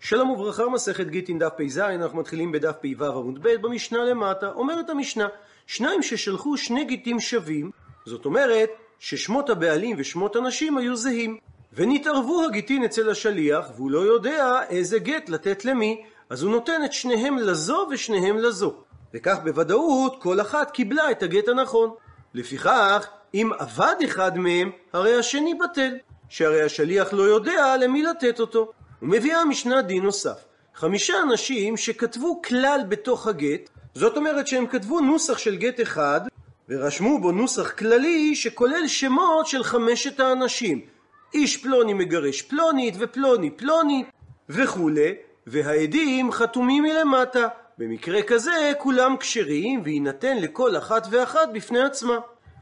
שלום וברכה, מסכת גיטין דף פ"ז, אנחנו מתחילים בדף פ"ו עמוד ב'. במשנה למטה אומרת המשנה, שניים ששלחו שני גיטים שווים, זאת אומרת ששמות הבעלים ושמות הנשים היו זהים, ונתערבו הגיטין אצל השליח והוא לא יודע איזה גט לתת למי, אז הוא נותן את שניהם לזו ושניהם לזו, וכך בוודאות כל אחת קיבלה את הגט הנכון. לפיכך אם עבד אחד מהם הרי השני בטל, שהרי השליח לא יודע למי לתת אותו. ומביאה המשנה דין נוסף, 5 אנשים שכתבו כלל בתוך הגט, זאת אומרת שהם כתבו נוסח של גט אחד ורשמו בו נוסח כללי שכולל שמות של 5 האנשים, איש פלוני מגרש פלונית ופלוני פלונית וכו', והעדים חתומים מלמטה. במקרה כזה כולם כשרים וינתן לכל אחת ואחת בפני עצמה.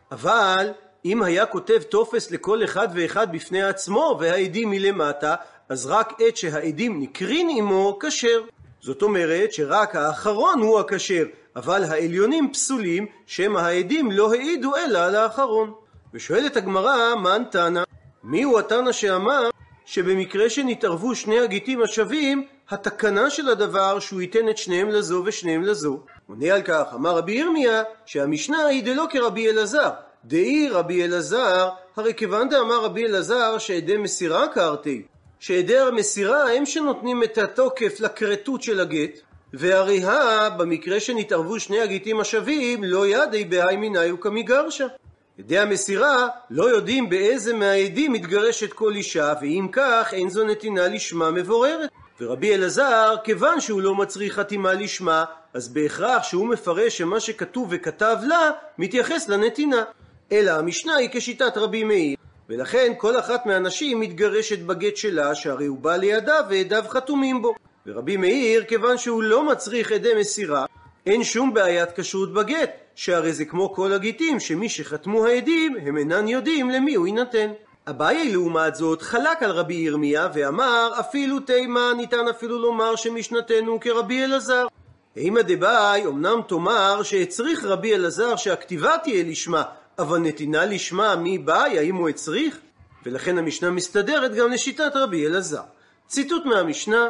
אבל אם היה כותב טופס לכל אחד ואחד בפני עצמו והעדים מלמטה, אז רק עת שהעדים נקרין עמו כשר. זאת אומרת שרק האחרון הוא הכשר, אבל העליונים פסולים, שהם העדים לא העידו אלא על האחרון. ושואלת הגמרא, מן תנא? מי הוא התנא שאמר שבמקרה שנתערבו שני הגיטים השווים, התקנה של הדבר שהוא ייתן את שניהם לזו ושניהם לזו? עונה על כך, אמר רבי ירמיה שהמשנה היא דלא כרבי אלעזר, דאי רבי אלעזר, הרי כיוון דאמר רבי אלעזר שעדי מסירה קרתי, שעדי המסירה הם שנותנים את התוקף לקרטות של הגט, והרי במקרה שנתערבו שני הגיטים השווים לא ידי בהי מיני וכמיגרשה. עדי המסירה לא יודעים באיזה מהעדים מתגרשת כל אישה, ואם כך אין זו נתינה לשמה מבוררת. ורבי אלעזר כיוון שהוא לא מצריך חתימה לשמה, אז בהכרח שהוא מפרש שמה שכתוב וכתב לה מתייחס לנתינה. אלא המשנה היא כשיטת רבי מאיר, ולכן כל אחת מהנשים מתגרשת בגט שלה, שהרי הוא בא לידה ועדיו חתומים בו. ורבי מאיר כיוון שהוא לא מצריך עדי מסירה, אין שום בעיית כשרות בגט, שהרי זה כמו כל הגיטים שמי שחתמו העדים הם אינן יודעים למי הוא יינתן. אביי לעומת זאת חלק על רבי ירמיה ואמר אפילו תימה ניתן אפילו לומר שמשנתנו כרבי אלעזר. אימא דבאי אמנם תאמר שהצריך רבי אלעזר שהכתיבה תהיה לשמה, אבל נתינה לשמה מי באי, האם הוא הצריך? ולכן המשנה מסתדרת גם לשיטת רבי אלעזר. ציטוט מהמשנה,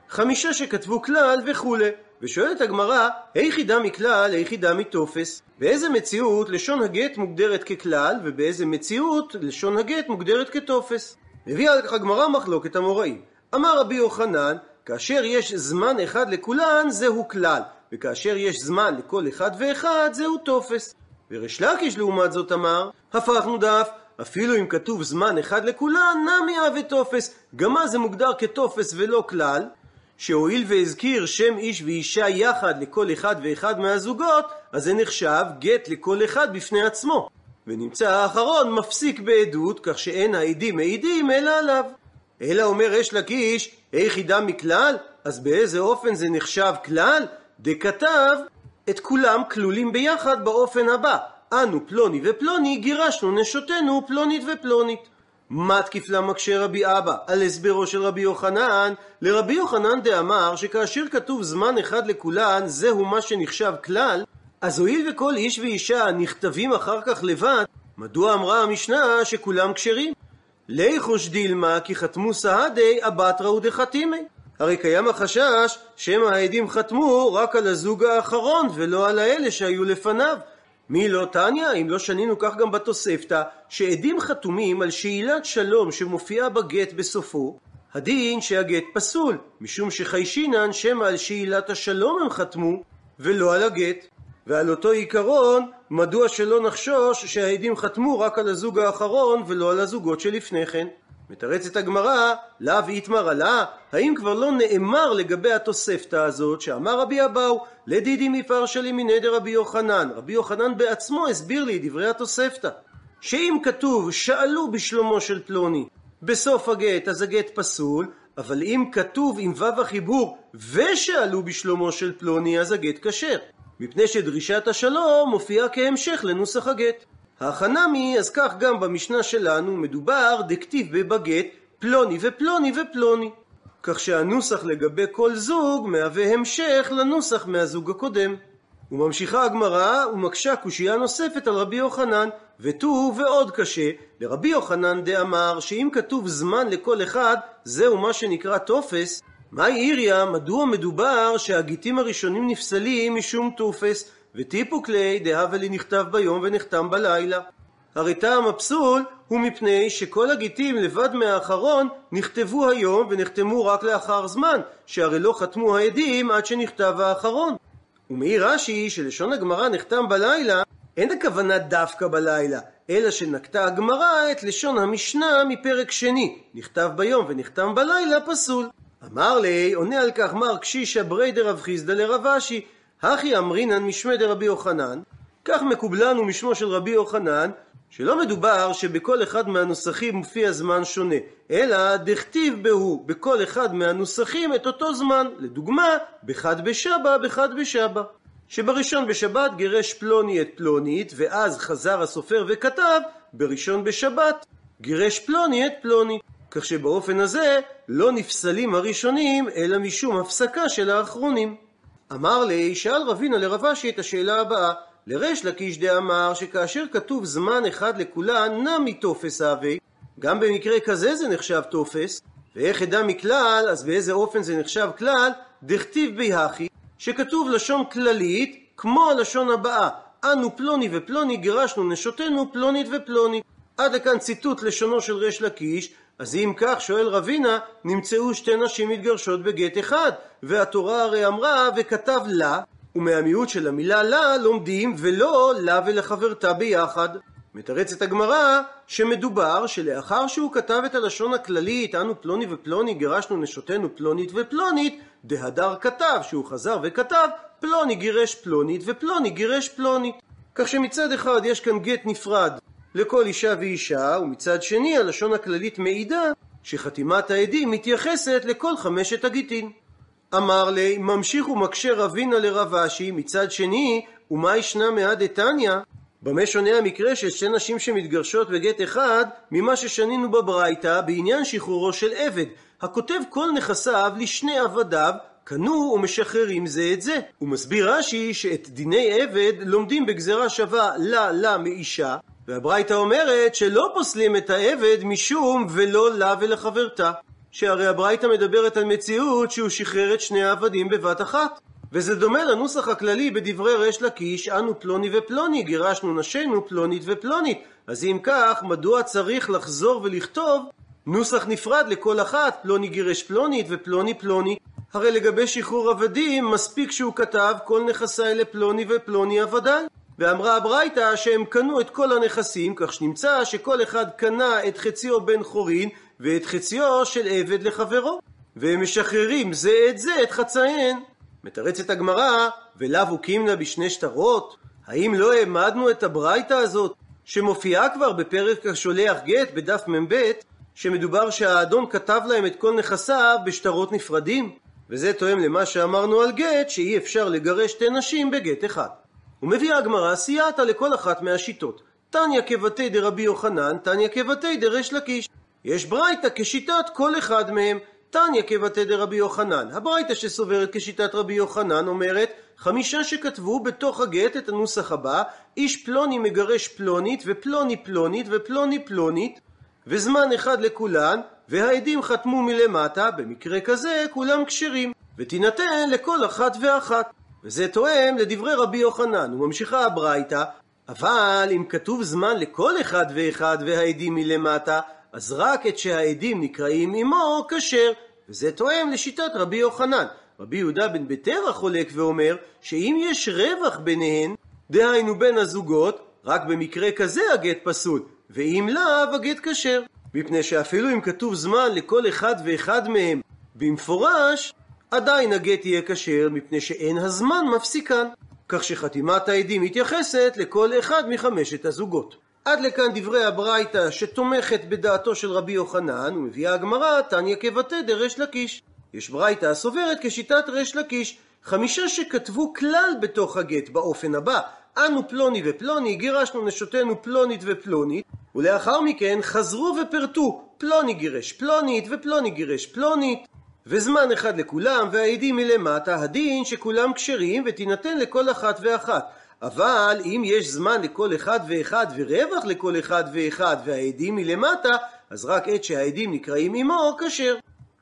5 שכתבו כלל וכו'. ושואלת הגמרא, היכי דמי כלל, היכי דמי טופס? באיזה מציאות לשון הגט מוגדרת ככלל, ובאיזה מציאות לשון הגט מוגדרת כטופס? הביאה על כך הגמרא מחלוקת המוראים. אמר רבי יוחנן, כאשר יש זמן אחד לכולן זהו כלל, וכאשר יש זמן לכל אחד ואחד זהו טופס. וריש לקיש לעומת זאת אמר, הפכנו דף, אפילו אם כתוב זמן אחד לכולן נמי וטופס, גם מה זה מוגדר כטופס ולא כלל? שהואיל והזכיר שם איש ואישה יחד לכל אחד ואחד מהזוגות, אז זה נחשב גט לכל אחד בפני עצמו, ונמצא האחרון מפסיק בעדות, כך שאין העדים מעידים אלא עליו. אלא אומר ריש לקיש, היכי דמי כלל? אז באיזה אופן זה נחשב כלל? דכתב את כולם כלולים ביחד באופן הבא, אנו פלוני ופלוני גירשנו נשותנו פלונית ופלונית. מה תקיף לה מקשה רבי אבא על הסברו של רבי יוחנן? לרבי יוחנן דאמר שכאשר כתוב זמן אחד לכולן זהו מה שנחשב כלל, אז הואיל וכל איש ואישה נכתבים אחר כך לבד, מדוע אמרה המשנה שכולם כשרים? ליחוש דילמה כי חתמו סהדי אבטרה ודחתימי, הרי קיים החשש שהם העדים חתמו רק על הזוג האחרון ולא על האלה שהיו לפניו. מי לא תניא? אם לא שנינו כך גם בתוספתא, שעדים חתומים על שאילת שלום שמופיעה בגט בסופו, הדין שהגט פסול, משום שחיישינן שמא על שאילת השלום הם חתמו ולא על הגט. ועל אותו עיקרון מדוע שלא נחשוש שהעדים חתמו רק על הזוג האחרון ולא על הזוגות שלפני כן? מתרצת הגמרא, לאו יתמר עלה, האם כבר לא נאמר לגבי התוספתא הזאת שאמר רבי אבאו לדידי מפרשלי מנדר רבי יוחנן? רבי יוחנן בעצמו הסביר לי דברי התוספתא, שאם כתוב שאלו בשלומו של פלוני בסוף הגט אז הגט פסול, אבל אם כתוב עם וו החיבור ושאלו בשלומו של פלוני אז הגט כשר, מפני שדרישת השלום מופיעה כהמשך לנוסח הגט. החנמי, אז כך גם במשנה שלנו מדובר דכתיב בבגט פלוני ופלוני ופלוני, כך שהנוסח לגבי כל זוג מהווה המשך לנוסח מהזוג הקודם. וממשיכה הגמרא ומקשה קושייה נוספת על רבי יוחנן, ותו ועוד קשה לרבי יוחנן דאמר שאם כתוב זמן לכל אחד זהו מה שנקרא טופס, מהי עיריה? מדוע מדובר שהגיטים הראשונים נפסלים משום תופס, וטיפוק לי דהווה לי נכתב ביום ונחתם בלילה? הרי טעם הפסול הוא מפני שכל הגיטים לבד מהאחרון נכתבו היום ונחתמו רק לאחר זמן, שהרי לא חתמו העדים עד שנכתב האחרון. ומעיר רש"י שלשון הגמרא נחתם בלילה, אין הכוונה דווקא בלילה, אלא שנקטה הגמרא את לשון המשנה מפרק שני, נכתב ביום ונחתם בלילה פסול. אמר לי, עונה על כך מר קשישא ברי דרב חיסדא לרב אשי, הכי אמרינן משמי דרבי יוחנן. כך מקובלנו משמו של רבי יוחנן, שלא מדובר שבכל אחד מהנוסחים מופיע זמן שונה, אלא דכתיב בהו בכל אחד מהנוסחים את אותו זמן. לדוגמה, בחד בשבא, בחד בשבא. שבראשון בשבת גירש פלוני את פלונית, ואז חזר הסופר וכתב, בראשון בשבת גירש פלוני את פלונית. כך שבאופן הזה לא נפסלים הראשונים, אלא משום הפסקה של האחרונים. אמר לי, שאל רבינה לרב אשי את השאלה הבאה, לריש לקיש דאמר שכאשר כתוב זמן אחד לכולן נמי תופס הווי, גם במקרה כזה זה נחשב תופס, ואיך ידע מכלל, אז באיזה אופן זה נחשב כלל? דכתיב ביחי, שכתוב לשון כללית כמו הלשון הבאה, אנו פלוני ופלוני גירשנו נשותנו פלונית ופלונית. עד לכאן ציטוט לשונו של ריש לקיש. אז אם כך, שואל רבינה, נמצאו שתי נשים מתגרשות בגט אחד, והתורה הרי אמרה וכתב לה, ומהמיעוט של המילה לה לומדים ולא לה ולחברתה ביחד. מתרצת הגמרא שמדובר שלאחר שהוא כתב את הלשון הכללית, אנו פלוני ופלוני גירשנו נשותנו פלונית ופלונית, דהדר כתב שהוא חזר וכתב פלוני גירש פלונית ופלוני גירש פלונית. כך שמצד אחד יש כאן גט נפרד לכל אישה ואישה, ומצד שני הלשון הכללית מעידה שחתימת העדים מתייחסת לכל חמשת הגיטין. אמר לי, ממשיך ומקשה רבינה לרב אשי, מצד שני, ומה ישנה מעד דתניא? במה שונה המקרה של שתי נשים שמתגרשות בגט אחד ממה ששנינו בברייתא בעניין שחרורו של עבד, הכותב כל נכסיו לשני עבדיו, קנו ומשחררים זה את זה. הוא מסביר רש"י שאת דיני עבד לומדים בגזרה שווה לה מאישה, והברייתא אומרת שלא פוסלים את העבד משום ולא לה ולחברתה, שהרי הברייתא מדברת על מציאות שהוא שחרר את שני העבדים בבת אחת. וזה דומה לנוסח הכללי בדברי ריש לקיש, אנו פלוני ופלוני גירשנו נשינו פלונית ופלונית. אז אם כך, מדוע צריך לחזור ולכתוב נוסח נפרד לכל אחת, פלוני גירש פלונית ופלוני פלוני? הרי לגבי שחרור עבדים מספיק שהוא כתב כל נכסי לפלוני ופלוני עבדיי. ואמרה הברייתא שהם קנו את כל הנכסים, כך שנמצא שכל אחד קנה את חציו בן חורין ואת חציו של עבד לחברו, והם משחררים זה את זה את חצאיהן. מתרצת הגמרא, ולאו הקימנה בשני שטרות? האם לא העמדנו את הברייתא הזאת שמופיעה כבר בפרק השולח גט בדף מ"ב, שמדובר שהאדון כתב להם את כל נכסיו בשטרות נפרדים? וזה תואם למה שאמרנו על גט, שאי אפשר לגרש שתי נשים בגט אחד. ומביאה הגמרא סייעתא לכל אחת מהשיטות. תניא כבתי דרבי יוחנן, תניא כבתי דריש לקיש. יש ברייתא כשיטת כל אחד מהם. תניא כבתי דרבי יוחנן, הברייתא שסוברת כשיטת רבי יוחנן אומרת 5 שכתבו בתוך הגט את הנוסח הבא, איש פלוני מגרש פלונית ופלוני פלונית ופלוני פלונית, וזמן אחד לכולן, והעדים חתמו מלמטה, במקרה כזה כולם כשרים, ותינתן לכל אחת ואחת. וזה תואם לדברי רבי יוחנן. וממשיכה הברייתא, אבל אם כתוב זמן לכל אחד ואחד והעדים מלמטה, אז רק את שהעדים נקראים עמו כשר, וזה תואם לשיטת רבי יוחנן. רבי יהודה בן ביתרא חולק ואומר שאם יש רווח ביניהן, דהיינו בין הזוגות, רק במקרה כזה הגט פסול, ואם לאו הגט כשר, מפני שאפילו אם כתוב זמן לכל אחד ואחד מהם במפורש, עדיין הגט יהיה כשר, מפני שאין הזמן מפסיקן, כך שחתימת העדים מתייחסת לכל אחד מחמשת הזוגות. עד לכאן דברי הברייתא שתומכת בדעתו של רבי יוחנן, ומביאה הגמרא תניא כבתי דריש לקיש. יש ברייתא הסוברת כשיטת ריש לקיש, 5 שכתבו כלל בתוך הגט באופן הבא, אנו פלוני ופלוני גירשנו נשותנו פלונית ופלונית, ולאחר מכן חזרו ופרטו פלוני גירש פלונית ופלוני גירש פלונית, וזמן אחד לכולם, והעדים מלמטה, הדין שכולם כשרים ותינתן לכל אחת ואחת. אבל אם יש זמן לכל אחד ואחד ורווח לכל אחד ואחד והעדים מלמטה, אז רק את שהעדים נקראים עמו כשר.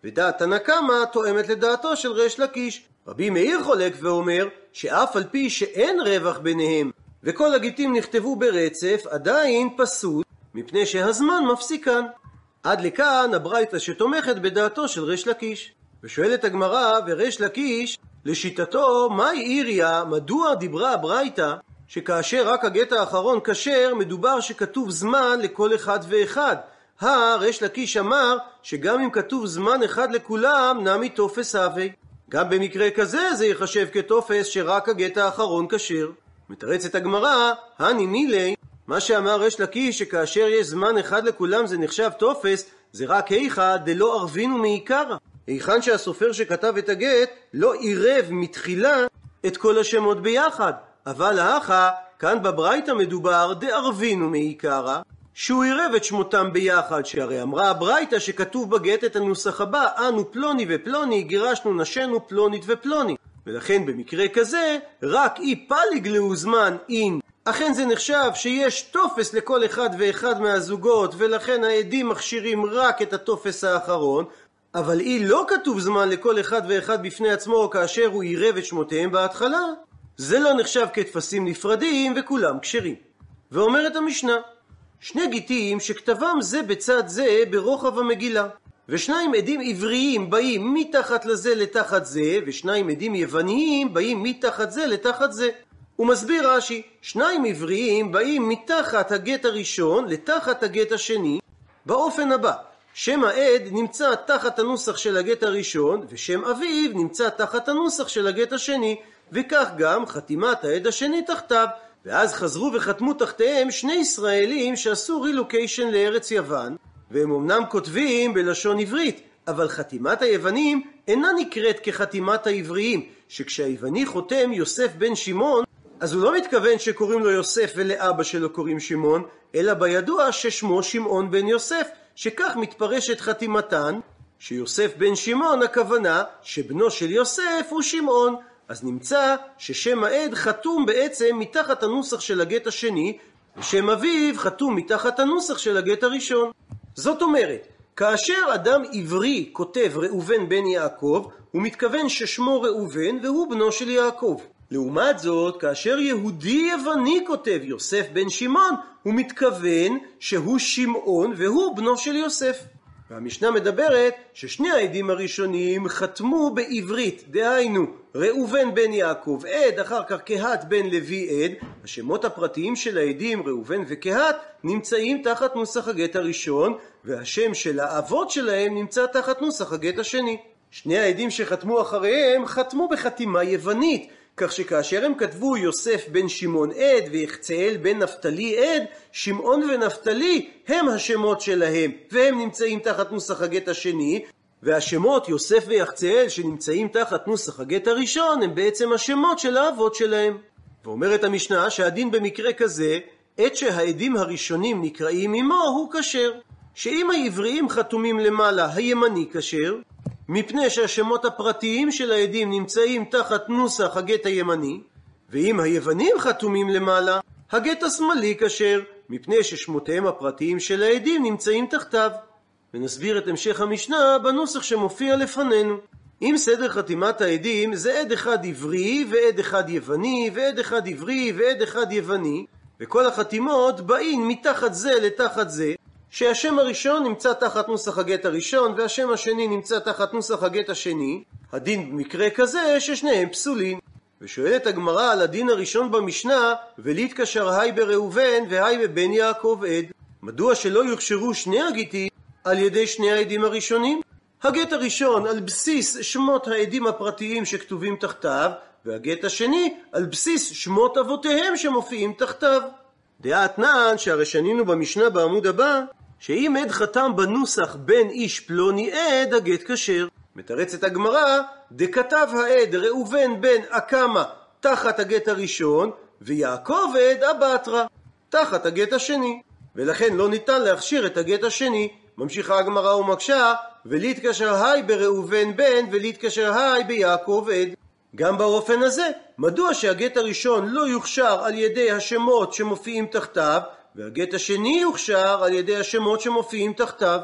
ודעת תנא קמא תואמת לדעתו של ריש לקיש. רבי מאיר חולק ואומר שאף על פי שאין רווח ביניהם וכל הגיטים נכתבו ברצף, עדיין פסול מפני שהזמן מפסיקן. עד לכאן הברייתא שתומכת בדעתו של ריש לקיש. ושואלת הגמרא, וריש לקיש לשיטתו מהי עיריה, מדוע דיברה הברייתא שכאשר רק הגט האחרון כשר מדובר שכתוב זמן לכל אחד ואחד? ריש לקיש אמר שגם אם כתוב זמן אחד לכולם נמי תופס הווי, גם במקרה כזה זה יחשב כתופס שרק הגט האחרון כשר. מתרצת הגמרא, הני מילי, מה שאמר ריש לקיש שכאשר יש זמן אחד לכולם זה נחשב תופס, זה רק היכא דלא ערבינו מעיקרא, היכן שהסופר שכתב את הגט לא עירב מתחילה את כל השמות ביחד. אבל האחא, כאן בברייתא מדובר דערבינו מעיקרא, שהוא עירב את שמותם ביחד, שהרי אמרה הברייתא שכתוב בגט את הנוסח הבא, אנו פלוני ופלוני גירשנו נשנו פלונית ופלוני, ולכן במקרה כזה רק אי פליג לו זמן אין. אכן זה נחשב שיש תופס לכל אחד ואחד מהזוגות, ולכן העדים מכשירים רק את התופס האחרון, אבל אי לא כתוב זמן לכל אחד ואחד בפני עצמו כאשר הוא עירב את שמותיהם בהתחלה, זה לא נחשב כתפסים נפרדים וכולם כשרים. ואומרת המשנה, שני גיטים שכתבם זה בצד זה ברוחב המגילה, ושניים עדים עבריים באים מתחת לזה לתחת זה, ושניים עדים יווניים באים מתחת זה לתחת זה. הוא מסביר רש"י, שניים עבריים באים מתחת הגט הראשון לתחת הגט השני באופן הבא, שם העד נמצא תחת הנוסח של הגט הראשון, ושם אביו נמצא תחת הנוסח של הגט השני, וכך גם חתימת העד השני תחתיו. ואז חזרו וחתמו תחתיהם שני ישראלים שעשו רילוקיישן לארץ יוון, והם אמנם כותבים בלשון עברית, אבל חתימת היוונים אינה נקראת כחתימת העבריים, שכשהיווני חותם יוסף בן שמעון, אז הוא לא מתכוון שקוראים לו יוסף ולאבא שלו קוראים שמעון, אלא בידוע ששמו שמעון בן יוסף, שכך מתפרשת חתימתן, שיוסף בן שמעון הכוונה שבנו של יוסף הוא שמעון. אז נמצא ששם העד חתום בעצם מתחת הנוסח של הגט השני, ושם אביו חתום מתחת הנוסח של הגט הראשון. זאת אומרת, כאשר אדם עברי כותב ראובן בן יעקב, הוא מתכוון ששמו ראובן והוא בנו של יעקב. לעומת זאת, כאשר יהודי יווני כותב יוסף בן שמעון, הוא מתכוון שהוא שמעון והוא בנו של יוסף. והמשנה מדברת ששני העדים הראשונים חתמו בעברית, דהיינו ראובן בן יעקב עד, אחר כך קהת בן לוי עד. השמות הפרטיים של העדים ראובן וקהת נמצאים תחת נוסח הגט הראשון, והשם של האבות שלהם נמצא תחת נוסח הגט השני. שני העדים שחתמו אחריהם חתמו בחתימה יוונית, כך שכאשר הם כתבו יוסף בן שמעון עד ויחצאל בן נפתלי עד, שמעון ונפתלי הם השמות שלהם, והם נמצאים תחת נוסח הגט השני, והשמות יוסף ויחצאל שנמצאים תחת נוסח הגט הראשון הם בעצם השמות של האבות שלהם. ואומרת המשנה שהדין במקרה כזה, עת שהעדים הראשונים נקראים עמו הוא כשר, שאם העבריים חתומים למעלה הימני כשר, מפני שהשמות הפרטיים של העדים נמצאים תחת נוסח הגט הימני, ואם היוונים חתומים למעלה, הגט השמאלי כשר, מפני ששמותיהם הפרטיים של העדים נמצאים תחתיו. ונסביר את המשך המשנה בנוסח שמופיע לפנינו. אם סדר חתימת העדים זה עד אחד עברי ועד אחד יווני ועד אחד עברי ועד אחד יווני, וכל החתימות באים מתחת זה לתחת זה, שהשם הראשון נמצא תחת נוסח הגט הראשון והשם השני נמצא תחת נוסח הגט השני, הדין במקרה כזה ששניהם פסולים. ושואלת הגמרא על הדין הראשון במשנה, ולהתקשר היי בראובן והי בבן יעקב עד, מדוע שלא יוכשרו שני הגיטים על ידי שני העדים הראשונים? הגט הראשון על בסיס שמות העדים הפרטיים שכתובים תחתיו, והגט השני על בסיס שמות אבותיהם שמופיעים תחתיו. דעת נען שהרי שנינו במשנה בעמוד הבא, שאם עד חתם בנוסח בן איש פלוני עד, הגט כשר. מתרצת הגמרא, דכתב העד ראובן בן אקמה תחת הגט הראשון, ויעקב עד אבטרה תחת הגט השני, ולכן לא ניתן להכשיר את הגט השני. ממשיכה הגמרא ומקשה, ולהתקשר היי בראובן בן ולהתקשר היי ביעקב עד. גם באופן הזה, מדוע שהגט הראשון לא יוכשר על ידי השמות שמופיעים תחתיו, והגט השני יוכשר על ידי השמות שמופיעים תחתיו?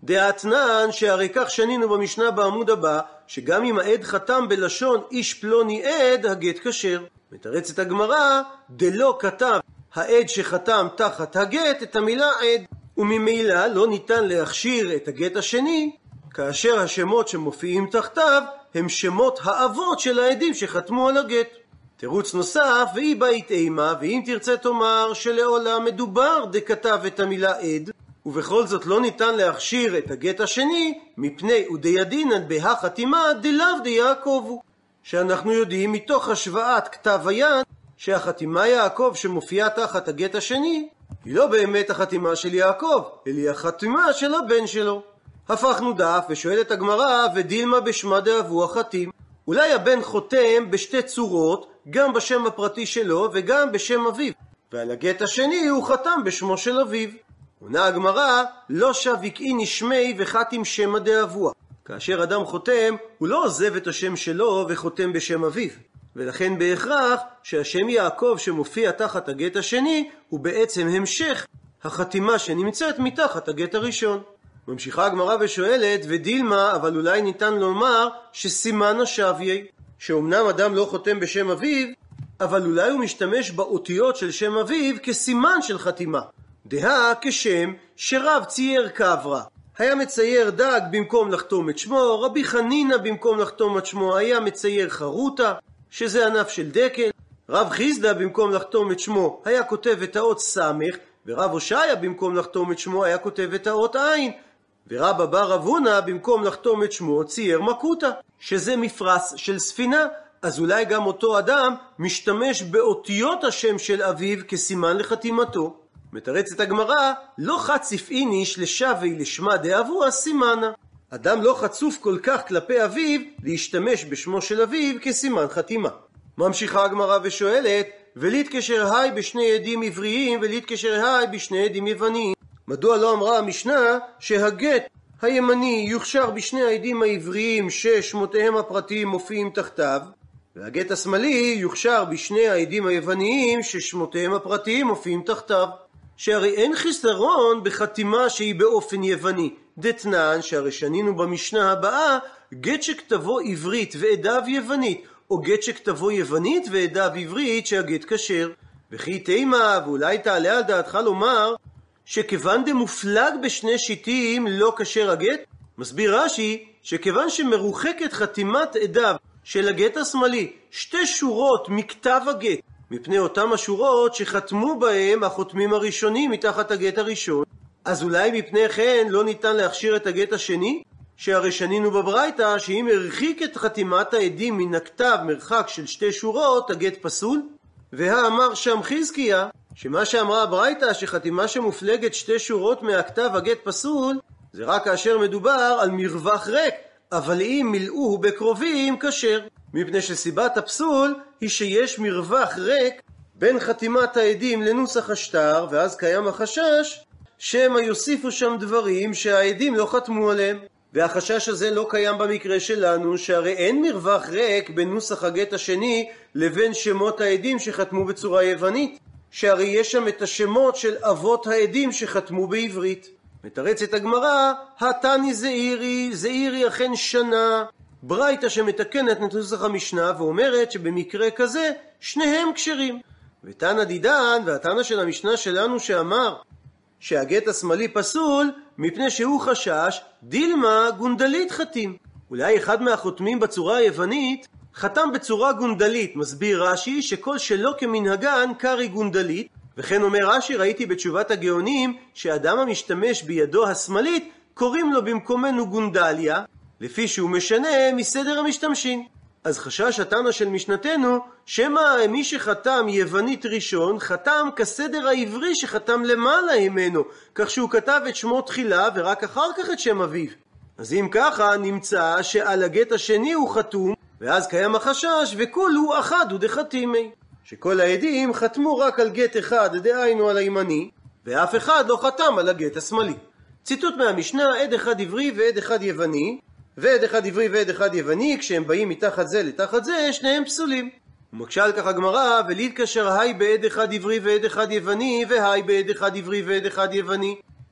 דאתנן, שהרי כך שנינו במשנה בעמוד הבא, שגם אם העד חתם בלשון איש פלוני עד, הגט כשר. מתרצת הגמרא, דלא כתב העד שחתם תחת הגט את המילה עד, וממילא לא ניתן להכשיר את הגט השני, כאשר השמות שמופיעים תחתיו הם שמות האבות של העדים שחתמו על הגט. תירוץ נוסף, והיא בית אימה, ואם תרצה תאמר שלעולם מדובר דכתב את המילה עד, ובכל זאת לא ניתן להכשיר את הגט השני, מפני ודיידינן בהחתימה דלאו דיעקבו, שאנחנו יודעים מתוך השוואת כתב היד שהחתימה יעקב שמופיעה תחת הגט השני היא לא באמת החתימה של יעקב, אלא היא החתימה של הבן שלו. הפכנו דף ושואלת הגמרא, ודילמה בשמה דאבו החתים, אולי הבן חותם בשתי צורות, גם בשם הפרטי שלו וגם בשם אביו, ועל הגט השני הוא חתם בשמו של אביו. עונה הגמרא, לא שביקי נשמי וחתים שמא דאבוה. כאשר אדם חותם, הוא לא עוזב את השם שלו וחותם בשם אביו, ולכן בהכרח שהשם יעקב שמופיע תחת הגט השני הוא בעצם המשך החתימה שנמצאת מתחת הגט הראשון. ממשיכה הגמרא ושואלת, ודילמה, אבל אולי ניתן לומר שסימן השוויי, שאומנם אדם לא חותם בשם אביו, אבל אולי הוא משתמש באותיות של שם אביו כסימן של חתימה. דהה כשם שרב צייר קברה, היה מצייר דג במקום לחתום את שמו, רבי חנינה במקום לחתום את שמו היה מצייר חרוטה, שזה ענף של דקל, רב חיסדא במקום לחתום את שמו היה כותב את האות סמך, ורב הושעיה במקום לחתום את שמו היה כותב את האות עין, ורב בר אבונה במקום לחתום את שמו צייר מקוטה, שזה מפרס של ספינה. אז אולי גם אותו אדם משתמש באותיות השם של אביו כסימן לחתימתו. מתרצת הגמרא, לא חציף איניש לשבי לשמה דאבוה סימנה. אדם לא חצוף כל כך כלפי אביו להשתמש בשמו של אביו כסימן חתימה. ממשיכה הגמרא ושואלת, ולהתקשר היי בשני עדים עבריים ולהתקשר היי בשני עדים יווניים. מדוע לא אמרה המשנה שהגט הימני יוכשר בשני העדים העבריים ששמותיהם הפרטיים מופיעים תחתיו, והגט השמאלי יוכשר בשני העדים היווניים ששמותיהם הפרטיים מופיעים תחתיו? שהרי אין חיסרון בחתימה שהיא באופן יווני. דתנן, שהרי שנינו במשנה הבאה, גט שכתבו עברית ועדיו יוונית, או גט שכתבו יוונית ועדיו עברית שהגט כשר. וכי תימה, ואולי תעלה על דעתך לומר שכיוון דמופלג בשני שיטים לא כשר הגט? מסביר רש"י שכיוון שמרוחקת חתימת עדיו של הגט השמאלי שתי שורות מכתב הגט מפני אותם השורות שחתמו בהם החותמים הראשונים מתחת הגט הראשון, אז אולי מפני כן לא ניתן להכשיר את הגט השני? שהרי שנינו בברייתא שאם הרחיק את חתימת העדים מן הכתב מרחק של שתי שורות הגט פסול. והאמר שם חזקיה שמה שאמרה הברייתא שחתימה שמופלגת שתי שורות מהכתב הגט פסול זה רק כאשר מדובר על מרווח ריק, אבל אם מילאוהו בקרובים כשר, מפני שסיבת הפסול היא שיש מרווח ריק בין חתימת העדים לנוסח השטר, ואז קיים החשש שהם יוסיפו שם דברים שהעדים לא חתמו עליהם. והחשש הזה לא קיים במקרה שלנו, שהרי אין מרווח ריק בין נוסח הגט השני לבין שמות העדים שחתמו בצורה יוונית, שהרי יש שם את השמות של אבות העדים שחתמו בעברית. מתרצת הגמרא, התני זעירי, זעירי אכן שנה, ברייתא שמתקנת את נוסח המשנה ואומרת שבמקרה כזה שניהם כשרים. ותנא דידן, והתנא של המשנה שלנו שאמר שהגט השמאלי פסול מפני שהוא חשש דילמה גונדלית חתים. אולי אחד מהחותמים בצורה היוונית חתם בצורה גונדלית. מסביר רש"י שכל שלא כמנהגן קרי גונדלית, וכן אומר רש"י, ראיתי בתשובת הגאונים שאדם המשתמש בידו השמאלית קוראים לו במקומנו גונדליה, לפי שהוא משנה מסדר המשתמשים. אז חשש התנא של משנתנו שמא מי שחתם יוונית ראשון חתם כסדר העברי שחתם למעלה ממנו, כך שהוא כתב את שמו תחילה ורק אחר כך את שם אביו. אז אם ככה נמצא שעל הגט השני הוא חתום, ואז קיים החשש וכולו אחד ודחתימי, שכל העדים חתמו רק על גט אחד, דהיינו על הימני, ואף אחד לא חתם על הגט השמאלי. ציטוט מהמשנה, עד אחד עברי ועד אחד יווני, ועד אחד עברי ועד אחד יווני, כשהם באים מתחת זה לתחת זה, שניהם פסולים. ומקשה על כך הגמרא, ולהתקשר היי בעד אחד עברי ועד אחד יווני, והי בעד אחד עברי ועד אחד יווני.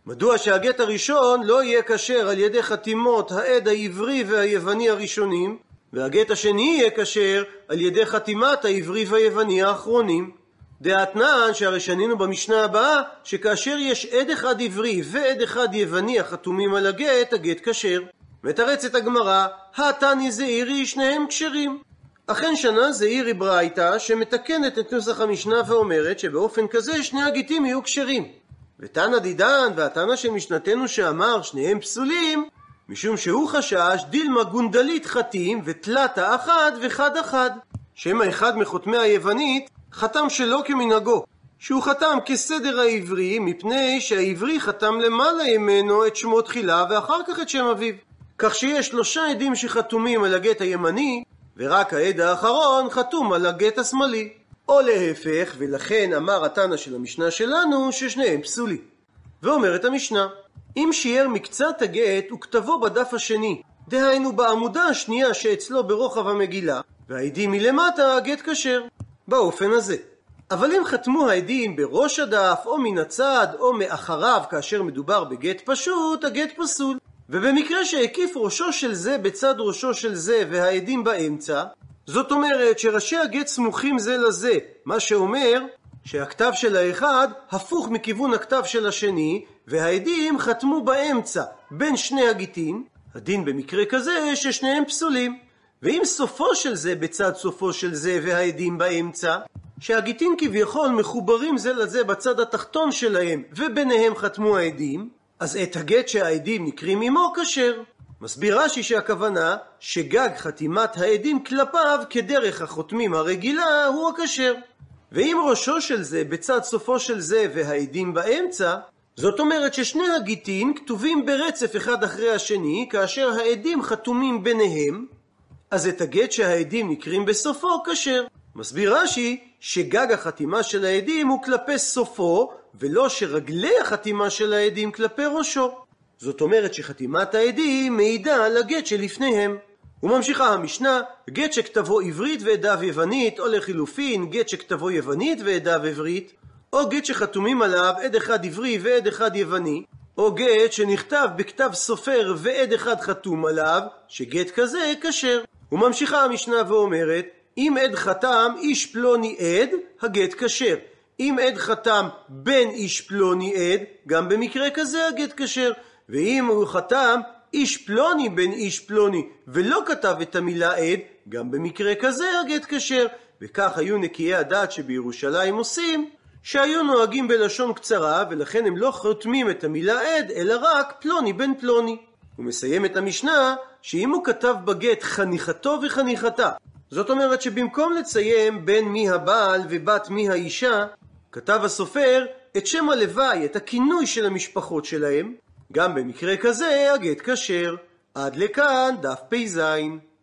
מדוע שהגט הראשון לא יהיה כשר על ידי חתימות העד העברי והיווני הראשונים, והגט השני יהיה כשר על ידי חתימת העברי והיווני האחרונים? דאתנן, שהרי שנינו במשנה הבאה שכאשר יש עד אחד עברי ועד אחד יווני החתומים על הגט, הגט כשר. מתרצת הגמרא, התני זעירי, שניהם כשרים. אכן שנה זעירי ברייתא שמתקנת את נוסח המשנה ואומרת שבאופן כזה שני הגיטים יהיו כשרים. ותנא דידן, והתנא של משנתנו שאמר שניהם פסולים, משום שהוא חשש דילמה גונדלית חתים ותלתה אחד וחד אחד, שמא אחד מחותמי היוונית חתם שלא כמנהגו, שהוא חתם כסדר העברי, מפני שהעברי חתם למעלה ממנו את שמו תחילה ואחר כך את שם אביו, כך שיש 3 עדים שחתומים על הגט הימני ורק העד האחרון חתום על הגט השמאלי, או להפך, ולכן אמר התנא של המשנה שלנו ששניהם פסולים. ואומרת המשנה, אם שיער מקצת הגט וכתבו בדף השני, דהיינו בעמודה השנייה שאצלו ברוחב המגילה, והעדים מלמטה, הגט כשר באופן הזה. אבל אם חתמו העדים בראש הדף או מן הצד או מאחריו כאשר מדובר בגט פשוט, הגט פסול. ובמקרה שהקיף ראשו של זה בצד ראשו של זה והעדים באמצע, זאת אומרת שראשי הגט סמוכים זה לזה, מה שאומר שהכתב של האחד הפוך מכיוון הכתב של השני, והעדים חתמו באמצע בין שני הגיטים, הדין במקרה כזה ששניהם פסולים. ואם סופו של זה בצד סופו של זה והעדים באמצע, שהגיטים כביכול מחוברים זה לזה בצד התחתון שלהם וביניהם חתמו העדים, אז את הגט שהעדים נקרים עמו כשר. מסביר רש"י שהכוונה שגג חתימת העדים כלפיו כדרך החותמים הרגילה הוא הכשר. ואם ראשו של זה בצד סופו של זה והעדים באמצע, זאת אומרת ששני הגיטים כתובים ברצף אחד אחרי השני כאשר העדים חתומים ביניהם, אז את הגט שהעדים נקרים בסופו כשר. מסביר רש"י שגג החתימה של העדים הוא כלפי סופו, ולא שרגלי החתימה של העדים כלפי ראשו. זאת אומרת שחתימת העדים מעידה על הגט שלפניהם. וממשיכה המשנה, גט שכתבו עברית ועדיו יוונית, או לחילופין גט שכתבו יוונית ועדיו עברית, או גט שחתומים עליו עד אחד עברי ועד אחד יווני, או גט שנכתב בכתב סופר ועד אחד חתום עליו, שגט כזה כשר. וממשיכה המשנה ואומרת, אם עד חתם איש פלוני עד, הגט כשר. אם עד חתם בין איש פלוני עד, גם במקרה כזה הגט כשר. ואם הוא חתם איש פלוני בין איש פלוני ולא כתב את המילה עד, גם במקרה כזה הגט כשר. וכך היו נקיי הדעת שבירושלים עושים, שהיו נוהגים בלשון קצרה, ולכן הם לא חותמים את המילה עד, אלא רק פלוני בין פלוני. הוא מסיים את המשנה שאם הוא כתב בגט חניכתו וחניכתה, זאת אומרת שבמקום לציין בין מי הבעל ובת מי האישה, כתב הסופר את שם הלוואי, את הכינוי של המשפחות שלהם, גם במקרה כזה הגט כשר. עד לכאן דף פ"ז.